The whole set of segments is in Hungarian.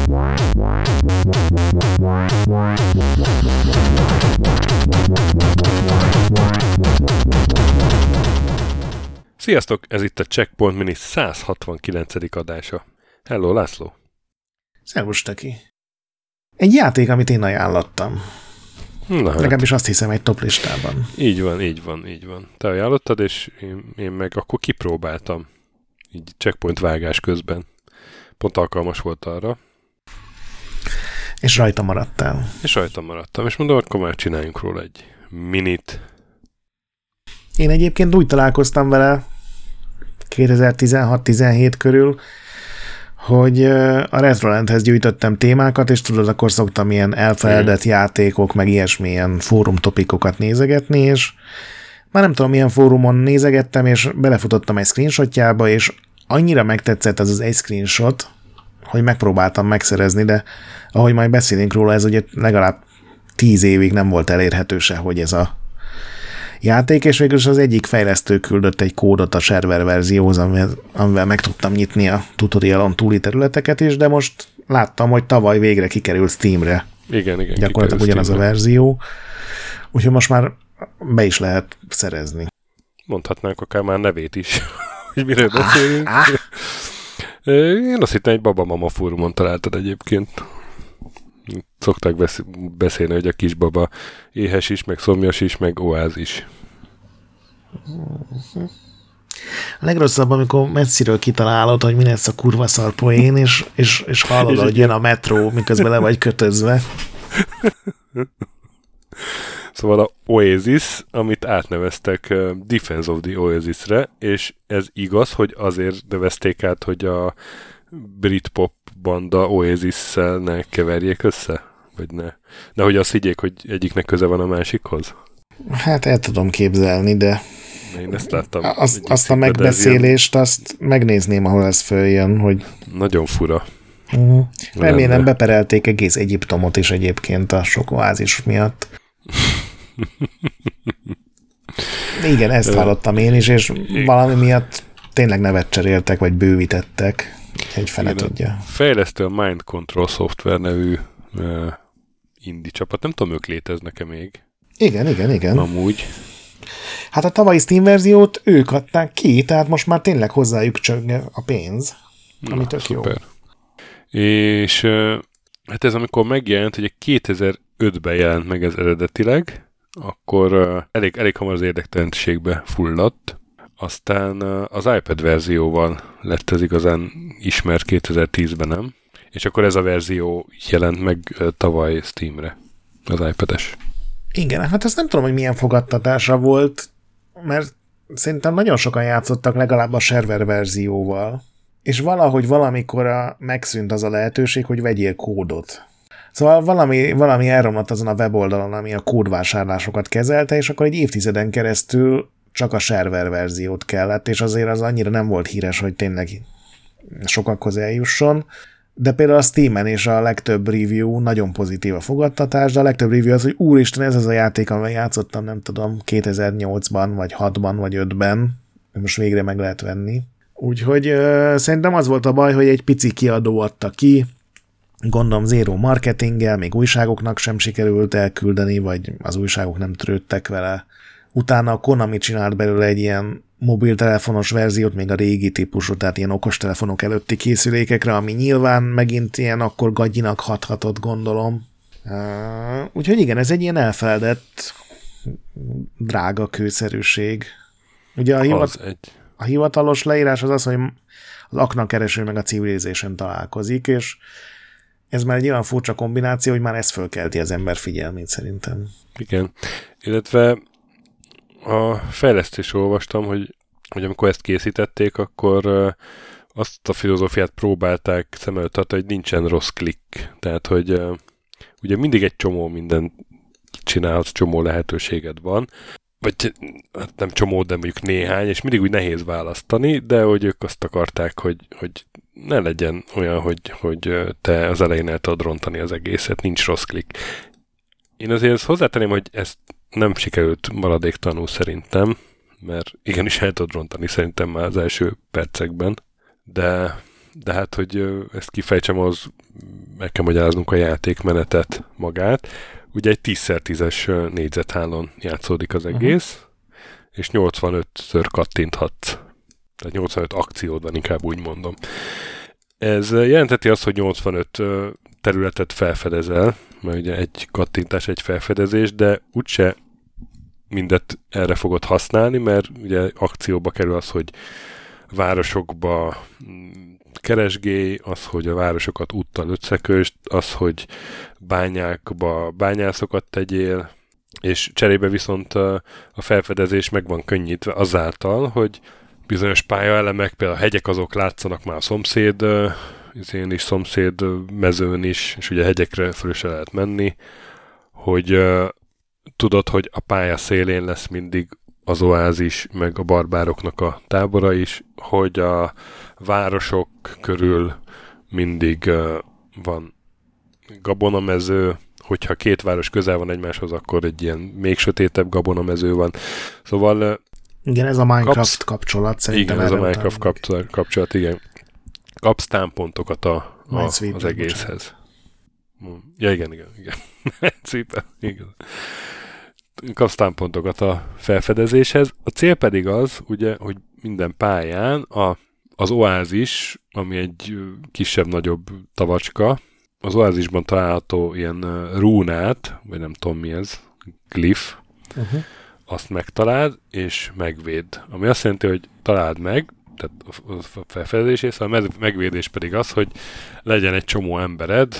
Sziasztok! Ez itt a Checkpoint Mini 169. adása. Hello, László! Szervusz, Taki! Egy játék, amit én ajánlottam. Legalábbis azt hiszem egy top listában. Így van. Te ajánlottad, és én meg akkor kipróbáltam. Így checkpoint vágás közben. Pont alkalmas volt arra. És rajta maradtál. És mondom, akkor már csináljunk róla egy minit. Én egyébként úgy találkoztam vele 2016-17 körül, hogy a Retrolandhez gyűjtöttem témákat, és tudod, akkor szoktam ilyen elfeledett játékok, meg ilyesmilyen fórum topikokat nézegetni, és már nem tudom, milyen fórumon nézegettem, és belefutottam egy screenshotjába, és annyira megtetszett az egy screenshot, hogy megpróbáltam megszerezni, de ahogy majd beszélünk róla, ez ugye legalább 10 évig nem volt elérhető se, hogy ez a játék, és végül az egyik fejlesztő küldött egy kódot a server verzióhoz, amivel meg tudtam nyitni a tutorialon túli területeket is, de most láttam, hogy tavaly végre kikerült Steamre. Igen. Gyakorlatilag ugyanaz a verzió. Úgyhogy most már be is lehet szerezni. Mondhatnánk akár már nevét is, hogy miről beszélünk. Én azt hittem, egy babamama fórumon találtad egyébként. Szokták beszélni, hogy a kisbaba éhes is, meg szomjas is, meg oázis. A legrosszabb, amikor messziről kitalálod, hogy mi lesz a kurva szar poén, és hallod, hogy jön a metró, miközben le vagy kötözve. Szóval a Oasis, amit átneveztek Defense of the Oasis-re, és ez igaz, hogy azért nevezték át, hogy a Britpop banda Oasis-szel ne keverjék össze? Vagy ne? De hogy azt higgyék, hogy egyiknek köze van a másikhoz? Hát el tudom képzelni, de én ezt láttam. Azt a megbeszélést, azt megnézném, ahol ez följön, hogy... Nagyon fura. Remélem beperelték egész Egyiptomot is egyébként a sok oázis miatt. Igen, ezt hallottam én is, és valami miatt tényleg nevet cseréltek, vagy bővítettek. Egy fele tudja. Fejlesztő a Mind Control Software nevű indie csapat. Nem tudom, ők léteznek-e még. Igen. Amúgy. Hát a tavalyi Steam verziót ők adták ki, tehát most már tényleg hozzájuk csöng a pénz, ami tök jó. És hát ez amikor megjelent, hogy 2005-ben jelent meg ez eredetileg, akkor elég hamar az érdektelenségbe fulladt. Aztán az iPad verzióval lett ez igazán ismert 2010-ben, nem? És akkor ez a verzió jelent meg tavaly Steamre, az iPad-es. Igen, hát ezt nem tudom, hogy milyen fogadtatásra volt, mert szerintem nagyon sokan játszottak legalább a server verzióval, és valahogy valamikor megszűnt az a lehetőség, hogy vegyél kódot. Szóval valami elromlott azon a weboldalon, ami a kódvásárlásokat kezelte, és akkor egy évtizeden keresztül csak a server verziót kellett, és azért az annyira nem volt híres, hogy tényleg sokakhoz eljusson. De például a Steamen és a legtöbb review nagyon pozitív a fogadtatás, de a legtöbb review az, hogy úristen, ez az a játék, amivel játszottam, nem tudom, 2008-ban, vagy 6-ban, vagy 5-ben. Most végre meg lehet venni. Úgyhogy szerintem az volt a baj, hogy egy pici kiadó adta ki, gondolom zero marketinggel, még újságoknak sem sikerült elküldeni, vagy az újságok nem törődtek vele. Utána a Konami csinált belőle egy ilyen mobiltelefonos verziót, még a régi típusú, tehát ilyen okostelefonok előtti készülékekre, ami nyilván megint ilyen akkor gagyinak hathatott, gondolom. Úgyhogy igen, ez egy ilyen elfeledett drága kőszerűség. Ugye a hivatalos leírás az, hogy az aknakereső meg a Civilization találkozik, és ez már egy olyan furcsa kombináció, hogy már ez fölkelti az ember figyelmét szerintem. Igen, illetve a fejlesztésről olvastam, hogy amikor ezt készítették, akkor azt a filozófiát próbálták szem előtt tartani, hogy nincsen rossz klikk. Tehát, hogy ugye mindig egy csomó mindent csinálsz, csomó lehetőséged van, vagy nem csomó, de mondjuk néhány, és mindig úgy nehéz választani, de hogy ők azt akarták, hogy ne legyen olyan, hogy te az elején el tudod rontani az egészet, nincs rossz klikk. Én azért ezt hozzátenném, hogy ezt nem sikerült maradéktalanul szerintem, mert igenis el tudod rontani szerintem már az első percekben, de hát, hogy ezt kifejtsem, az meg kell magyaráznunk a játékmenetet magát. Ugye egy 10x10-es négyzethálón játszódik az egész, és 85-ször kattinthatsz. Tehát 85 akciód van, inkább úgy mondom. Ez jelenteti azt, hogy 85 területet felfedezel, mert ugye egy kattintás, egy felfedezés, de úgyse mindet erre fogod használni, mert ugye akcióba kerül az, hogy városokba keresgélj, az, hogy a városokat úttal összekösd, az, hogy bányákba bányászokat tegyél, és cserébe viszont a felfedezés meg van könnyítve azáltal, hogy bizonyos pályaelemek, például a hegyek azok látszanak már a szomszéd mezőn is, és ugye a hegyekre föl is lehet menni, hogy tudod, hogy a pálya szélén lesz mindig az oázis, meg a barbároknak a tábora is, hogy a városok körül mindig van gabonamező, hogyha két város közel van egymáshoz, akkor egy ilyen még sötétebb gabonamező van. Szóval... Igen, ez a Minecraft kapcsolat szerintem. Igen, ez a Minecraft kapcsolat, igen. Kapsz támpontokat az egészhez. Ja, igen. Szépen, igen. Kapsz támpontokat a felfedezéshez. A cél pedig az, ugye, hogy minden pályán az oázis, ami egy kisebb-nagyobb tavacska, az oázisban található ilyen rúnát, vagy nem tudom mi ez, glyph, azt megtaláld, és megvédd. Ami azt jelenti, hogy találd meg, tehát a felfedezés része, a megvédés pedig az, hogy legyen egy csomó embered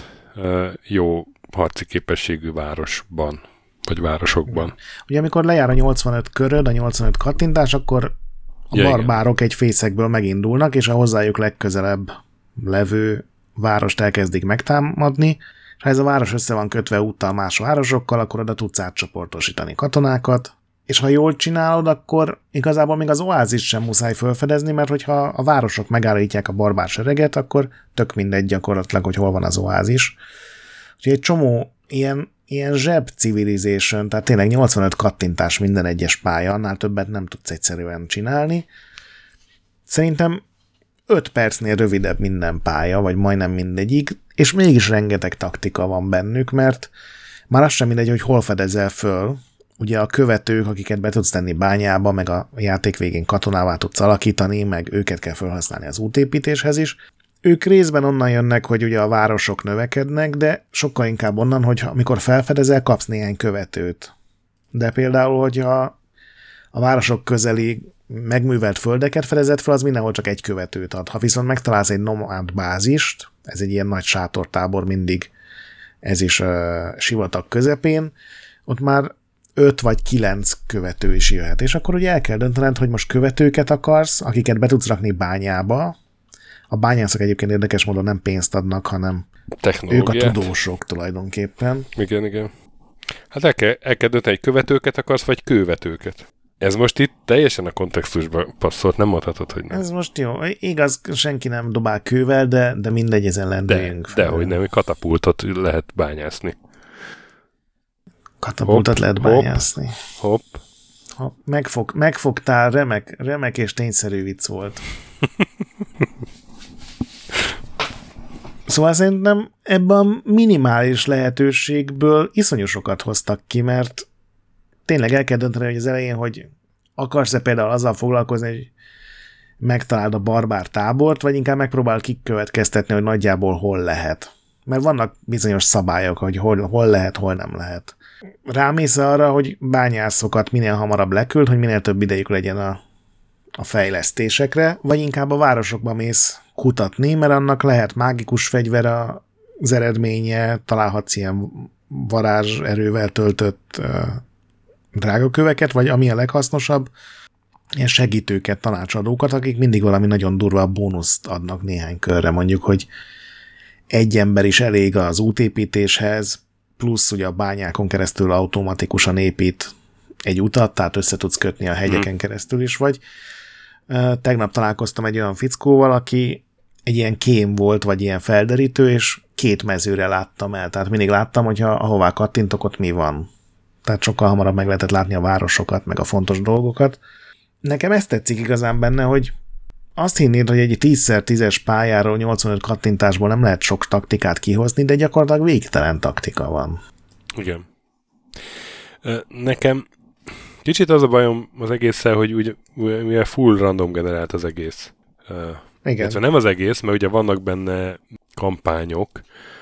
jó harci képességű városban, vagy városokban. Ugye amikor lejár a 85 köröd, a 85 kattintás, akkor a barbárok egy fészekből megindulnak, és a hozzájuk legközelebb levő várost elkezdik megtámadni, és ha ez a város össze van kötve úttal más városokkal, akkor oda tudsz átcsoportosítani katonákat, és ha jól csinálod, akkor igazából még az oázis sem muszáj felfedezni, mert hogyha a városok megállítják a barbár sereget, akkor tök mindegy gyakorlatilag, hogy hol van az oázis. Úgyhogy egy csomó ilyen zseb civilization, tehát tényleg 85 kattintás minden egyes pálya, annál többet nem tudsz egyszerűen csinálni. Szerintem 5 percnél rövidebb minden pálya, vagy majdnem mindegyik, és mégis rengeteg taktika van bennük, mert már az sem mindegy, hogy hol fedezel föl. Ugye a követők, akiket be tudsz tenni bányába, meg a játék végén katonává tudsz alakítani, meg őket kell felhasználni az útépítéshez is. Ők részben onnan jönnek, hogy ugye a városok növekednek, de sokkal inkább onnan, hogy amikor felfedezel, kapsz néhány követőt. De például, hogyha a városok közeli megművelt földeket fedezett fel, az mindenhol csak egy követőt ad. Ha viszont megtalálsz egy nomád bázist, ez egy ilyen nagy sátortábor mindig, ez is sivatag közepén, ott már 5 vagy 9 követő is jöhet. És akkor ugye el kell döntened, hogy most követőket akarsz, akiket be tudsz rakni bányába. A bányászok egyébként érdekes módon nem pénzt adnak, hanem ők a tudósok tulajdonképpen. Igen. Hát el kell dönteni, hogy követőket akarsz, vagy kővetőket. Ez most itt teljesen a kontextusba passzolt, nem mondhatod, hogy nem. Ez most jó. Igaz, senki nem dobál kővel, de mindegy, ezen lendüljünk fel. De hogy nem, katapultot lehet bányászni. Katapultot lehet bányászni. Hopp. Megfogtál, remek és tényszerű vicc volt. Szóval szerintem ebben a minimális lehetőségből iszonyú sokat hoztak ki, mert tényleg el kell dönteni, hogy az elején, hogy akarsz-e például azzal foglalkozni, hogy megtaláld a barbár tábort, vagy inkább megpróbál kikövetkeztetni, hogy nagyjából hol lehet. Mert vannak bizonyos szabályok, hogy hol lehet, hol nem lehet. Rámész arra, hogy bányászokat minél hamarabb leküld, hogy minél több idejük legyen a fejlesztésekre, vagy inkább a városokba mész kutatni, mert annak lehet mágikus fegyver az eredménye, találhatsz ilyen varázserővel töltött drágaköveket, vagy ami a leghasznosabb, ilyen segítőket, tanácsadókat, akik mindig valami nagyon durva bónuszt adnak néhány körre, mondjuk, hogy egy ember is elég az útépítéshez, plusz ugye a bányákon keresztül automatikusan épít egy utat, tehát össze tudsz kötni a hegyeken keresztül is, vagy tegnap találkoztam egy olyan fickóval, aki egy ilyen kém volt, vagy ilyen felderítő, és 2 mezőre láttam el, tehát mindig láttam, hogy ahová kattintok, ott mi van. Tehát sokkal hamarabb meg lehetett látni a városokat, meg a fontos dolgokat. Nekem ezt tetszik igazán benne, hogy azt hinnéd, hogy egy 10x10-es pályáról 85 kattintásból nem lehet sok taktikát kihozni, de gyakorlatilag végtelen taktika van. Igen. Nekem kicsit az a bajom az egésszel, hogy ugye mivel full random generált az egész. Igen. Nem az egész, mert ugye vannak benne kampányok,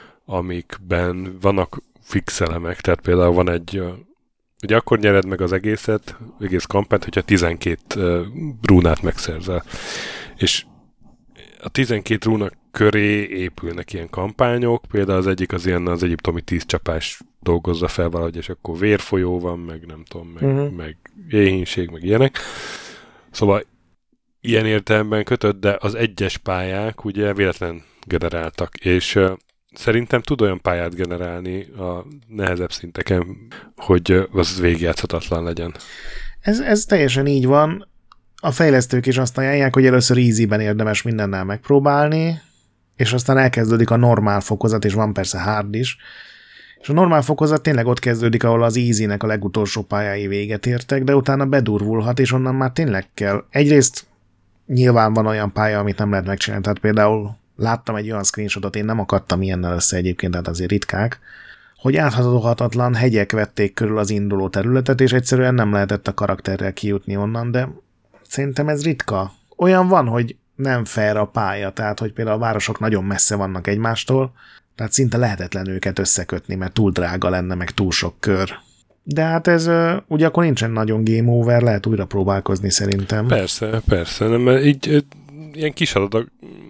amikben vannak fix elemek, tehát például van egy, ugye akkor nyered meg az egész kampányt, hogyha 12 rúnát megszerzel. És a 12 rúna köré épülnek ilyen kampányok, például az egyik az ilyen az egyiptomi 10 csapás dolgozza fel valahogy, és akkor vérfolyó van, meg nem tudom, meg éhínség, meg ilyenek. Szóval ilyen értelemben kötött, de az egyes pályák ugye véletlen generáltak, és szerintem tud olyan pályát generálni a nehezebb szinteken, hogy az végigjátszhatatlan legyen. Ez teljesen így van. A fejlesztők is azt ajánlják, hogy először easy-ben érdemes mindennel megpróbálni, és aztán elkezdődik a normál fokozat, és van persze hard is. És a normál fokozat tényleg ott kezdődik, ahol az easy-nek a legutolsó pályái véget értek, de utána bedurvulhat, és onnan már tényleg kell. Egyrészt nyilván van olyan pálya, amit nem lehet megcsinálni, tehát például láttam egy olyan screenshotot, én nem akadtam ilyennel össze egyébként, tehát azért ritkák, hogy áthatóhatatlan hegyek vették körül az induló területet, és egyszerűen nem lehetett a karakterrel kijutni onnan, de szerintem ez ritka. Olyan van, hogy nem fair a pálya, tehát hogy például a városok nagyon messze vannak egymástól, tehát szinte lehetetlen őket összekötni, mert túl drága lenne, meg túl sok kör. De hát ez ugye akkor nincsen nagyon game over, lehet újra próbálkozni szerintem. Persze, nem, mert így ilyen kis adag,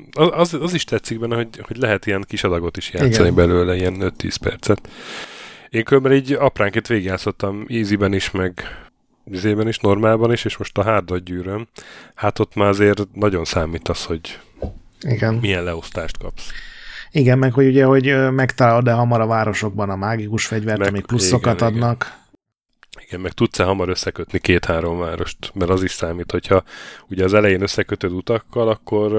az is tetszik benne, hogy lehet ilyen kis adagot is játszani. Igen. Belőle, ilyen 5-10 percet. Én különben így apránként végigjátszottam easy-ben is, meg izében is, normálban is, és most a hardot gyűröm. Hát ott már azért nagyon számít az, hogy igen. Milyen leosztást kapsz. Igen, meg hogy ugye, hogy megtalálod-e hamar a városokban a mágikus fegyvert, amik pluszokat adnak. Igen, meg tudsz-e hamar összekötni 2-3 várost, mert az is számít, hogyha ugye az elején összekötöd utakkal, akkor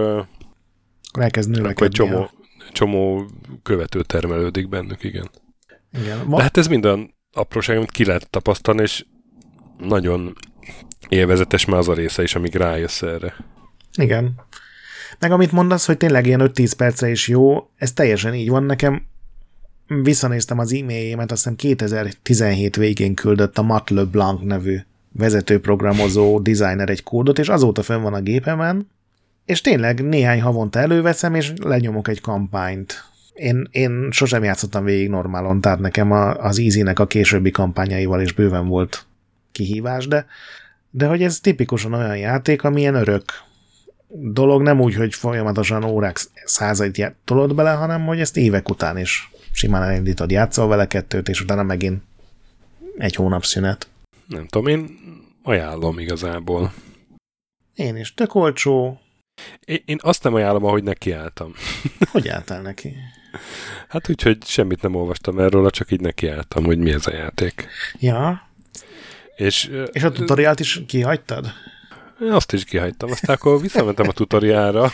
elkezd növekedni. Akkor csomó követő termelődik bennük, igen. Igen. De hát ez minden apróság, amit ki lehet tapasztalni, és nagyon élvezetes már az a része is, amíg rájössz erre. Igen. Meg amit mondasz, hogy tényleg ilyen 5-10 percre is jó, ez teljesen így van. Nekem visszanéztem az e-mailjémet, azt hiszem 2017 végén küldött a Matt LeBlanc nevű vezetőprogramozó designer egy kódot, és azóta fönn van a gépemen, és tényleg néhány havonta előveszem, és lenyomok egy kampányt. Én sosem játszottam végig normálon, tehát nekem az Easy-nek a későbbi kampányaival is bőven volt kihívás, de hogy ez tipikusan olyan játék, ami ilyen örök dolog, nem úgy, hogy folyamatosan órák százait tolod bele, hanem hogy ezt évek után is simán elindítod, játszol vele 2, és utána megint 1 hónap szünet. Nem tudom, én ajánlom igazából. Én is, tök olcsó. Én azt nem ajánlom, ahogy nekiálltam. Hogy álltál neki? Hát úgy, hogy semmit nem olvastam erről, csak így nekiálltam, hogy mi ez a játék. Ja. És a tutoriált is kihagytad? Azt is kihagytam, aztán akkor visszamentem a tutoriálra.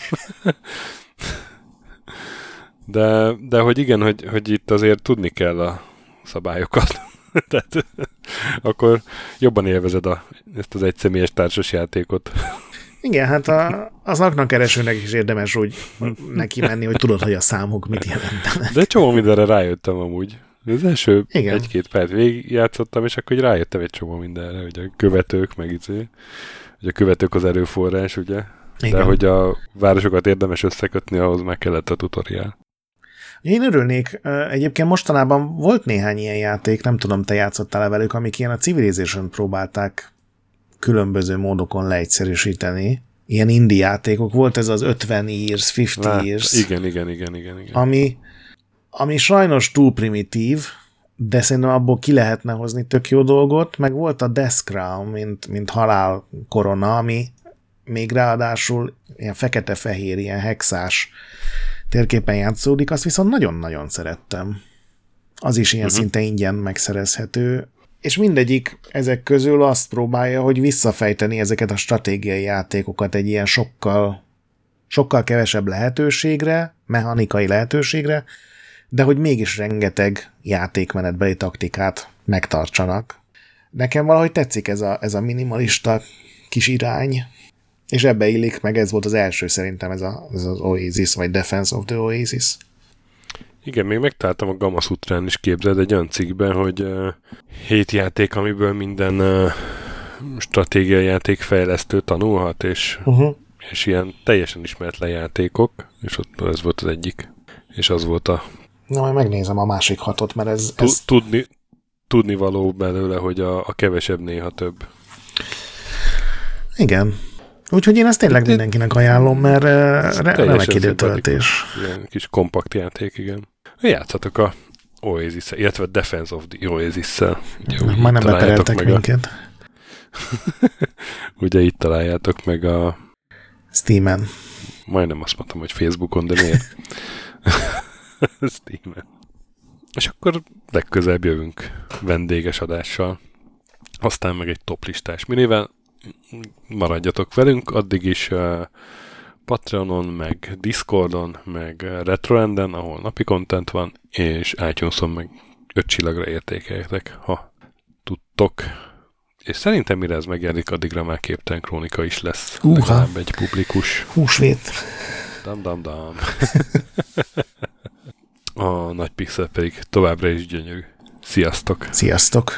De hogy igen, hogy itt azért tudni kell a szabályokat. Tehát akkor jobban élvezed ezt az egyszemélyes társas játékot. Igen, hát az aknakeresőnek is érdemes úgy neki menni, hogy tudod, hogy a számok mit jelentenek. De csomó mindenre rájöttem amúgy. Az első 1-2 perc végigjátszottam, és akkor rájöttem egy csomó mindenre, hogy a követők, meg hogy a követők az erőforrás, ugye? Igen. De hogy a városokat érdemes összekötni, ahhoz meg kellett a tutoriál. Én örülnék. Egyébként mostanában volt néhány ilyen játék, nem tudom, te játszottál-e velük, amik ilyen a Civilization próbálták különböző módokon leegyszerűsíteni. Ilyen indie játékok. Volt ez az 50 years, 50 years. Igen. Ami sajnos túl primitív, de szerintem abból ki lehetne hozni tök jó dolgot, meg volt a Death Crown, mint halál korona, ami még ráadásul ilyen fekete-fehér, ilyen hexás térképen játszódik, azt viszont nagyon-nagyon szerettem. Az is ilyen szinte ingyen megszerezhető, és mindegyik ezek közül azt próbálja, hogy visszafejteni ezeket a stratégiai játékokat egy ilyen sokkal kevesebb lehetőségre, mechanikai lehetőségre, de hogy mégis rengeteg játékmenetbeli taktikát megtartsanak. Nekem valahogy tetszik ez a minimalista kis irány, És ebbe illik, meg ez volt az első szerintem, ez az Oasis, vagy Defense of the Oasis. Igen, még megtaláltam a Gamasutrán is, képzeld, egy olyan cikkben, hogy 7 játék, amiből minden stratégiai játékfejlesztő tanulhat, és ilyen teljesen ismeretlen játékok, és ott ez volt az egyik. És az volt a... Na, majd megnézem a másik 6-ot, mert ez... Tudni való belőle, hogy a kevesebb néha több. Igen. Úgyhogy én ezt tényleg mindenkinek ajánlom, mert remek időtöltés. Ilyen kis kompakt játék, igen. Játszatok a Oasis-szel, illetve Defense of the Oasis-szel. Már nem bepereltek minket. Ugye itt találjátok meg a... Steamen. Majdnem azt mondtam, hogy Facebookon, de miért? Steamen. És akkor legközelebb jövünk vendéges adással. Aztán meg egy toplistás minivel. Maradjatok velünk, addig is Patreonon, meg Discordon, meg Retroenden, ahol napi content van, és iTunes-on meg 5 csillagra értékeljetek, ha tudtok. És szerintem mire ez megjelenik, addigra már Képtelen Krónika is lesz. Legalább egy publikus. Húsvét. Dam. A Nagy Pixel pedig továbbra is gyönyörű. Sziasztok! Sziasztok!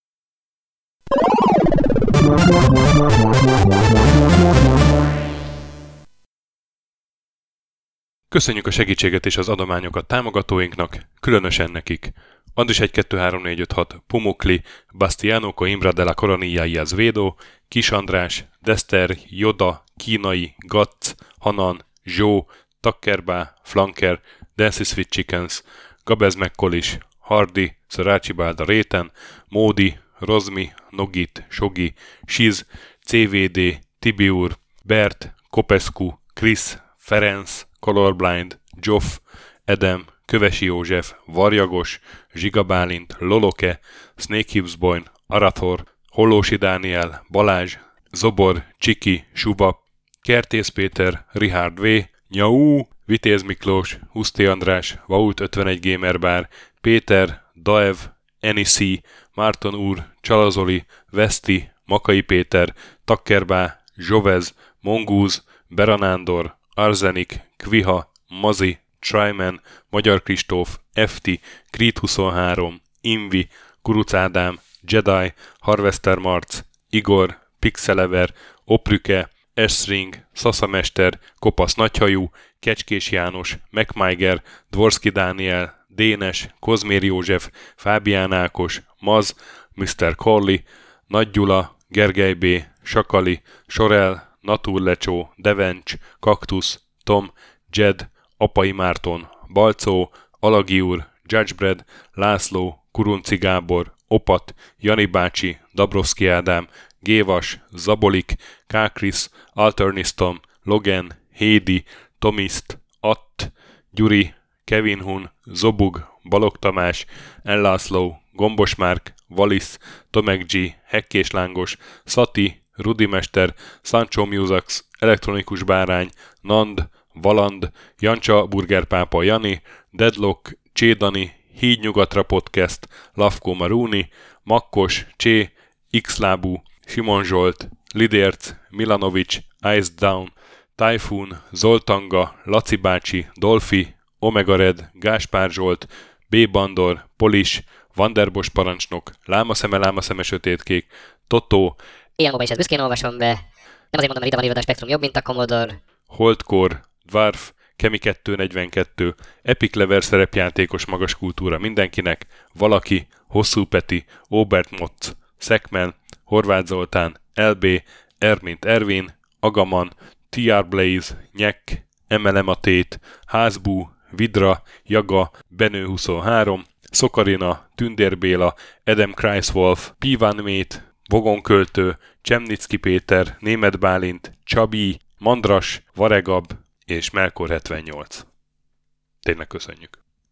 Köszönjük a segítséget és az adományokat támogatóinknak, különösen nekik. Andris 1, 2, 3, 4, 5, 6, Pumukli, Bastiano Coimbra de la Coronilla y Azvedo, Kis András, Dester, Joda, Kínai, Gatz, Hanan, Zsó, Takkerbá, Flanker, Dancy Sweet Chickens, Gabez Mekkolis, Hardy, Szarácsi Bálda Réten, Módi, Rozmi, Nogit, Sogi, Siz, CVD, Tibiur, Bert, Kopescu, Krisz, Ferenc, Colorblind, Joff, Edem, Kövesi József, Varjagos, Zsiga Bálint, Loloke, Snake Hibsboyn, Arathor, Hollósi Dániel, Balázs, Zobor, Csiki, Subap, Kertész Péter, Richard V, Nyau, Vitéz Miklós, Huszti András, Vault 51 Gamerbar, Péter, Daev, Enisi, Márton úr, Csalazoli, Veszti, Makai Péter, Takkerbá, Zsovez, Mongúz, Beranándor, Arzenik, Kviha, Mazi, Tryman, Magyar Kristóf, FT, Creed 23, Invi, Kuruc Ádám, Jedi, Harvester Marc, Igor, Pixelever, Oprüke, Esring, Szaszamester, Kopasz Nagyhajú, Kecskés János, MacMiger, Dvorski Dániel, Dénes, Kozmér József, Fábián Ákos, Maz, Mr. Corley, Nagy Gyula, Gergely B., Sakali, Sorel, Naturlecsó, Devencs, Kaktusz, Tom, Jed, Apai Márton, Balcó, Alagi úr, Judgebred, László, Kurunci Gábor, Opat, Jani bácsi, Dabrowski Ádám, Gévas, Zabolik, Kákris, Alternisztom, Logan, Hédi, Tomiszt, Att, Gyuri, Kevin Hun, Zobug, Balog Tamás, Ellászló, Gombos Márk, Valisz, Tomek G, Hekkés Lángos, Szati, Rudimester, Sancho Musax, Elektronikus Bárány, Nand, Valand, Jancsa Burgerpápa Jani, Deadlock, Csédani, Híd Nyugatra Podcast, Lavko Maruni, Makkos, Csé, Xlábú, Simon Zsolt, Lidérc, Milanovic, Ice Down, Typhoon, Zoltanga, Laci bácsi, Dolfi, Omega Red, Gáspár Zsolt, B. Bandor, Polis, Vanderbos parancsnok, Lámaszeme sötétkék, Totó, Ilyen is ezt büszkén olvasom be. Nem azért mondom, mert ide van írva, a Spektrum jobb, mint a Commodore. Holdcore, Dwarf, Kemi 242, Epic Lever szerepjátékos magas kultúra mindenkinek, Valaki, Hosszú Peti, Óbert Motz, Szekmen, Horváth Zoltán, LB, Ermint Ervin, Agaman, TR Blaze, Nyek, MLM a Tét, Házbú, Vidra, Jaga, Benő 23, Szokarina, Tündér Béla, Adam Kreiswolf, Pivan Mét, Vogonköltő, Csemnicki Péter, Németh Bálint, Csabi, Mandras, Varegab és Melkor 78. Tényleg köszönjük!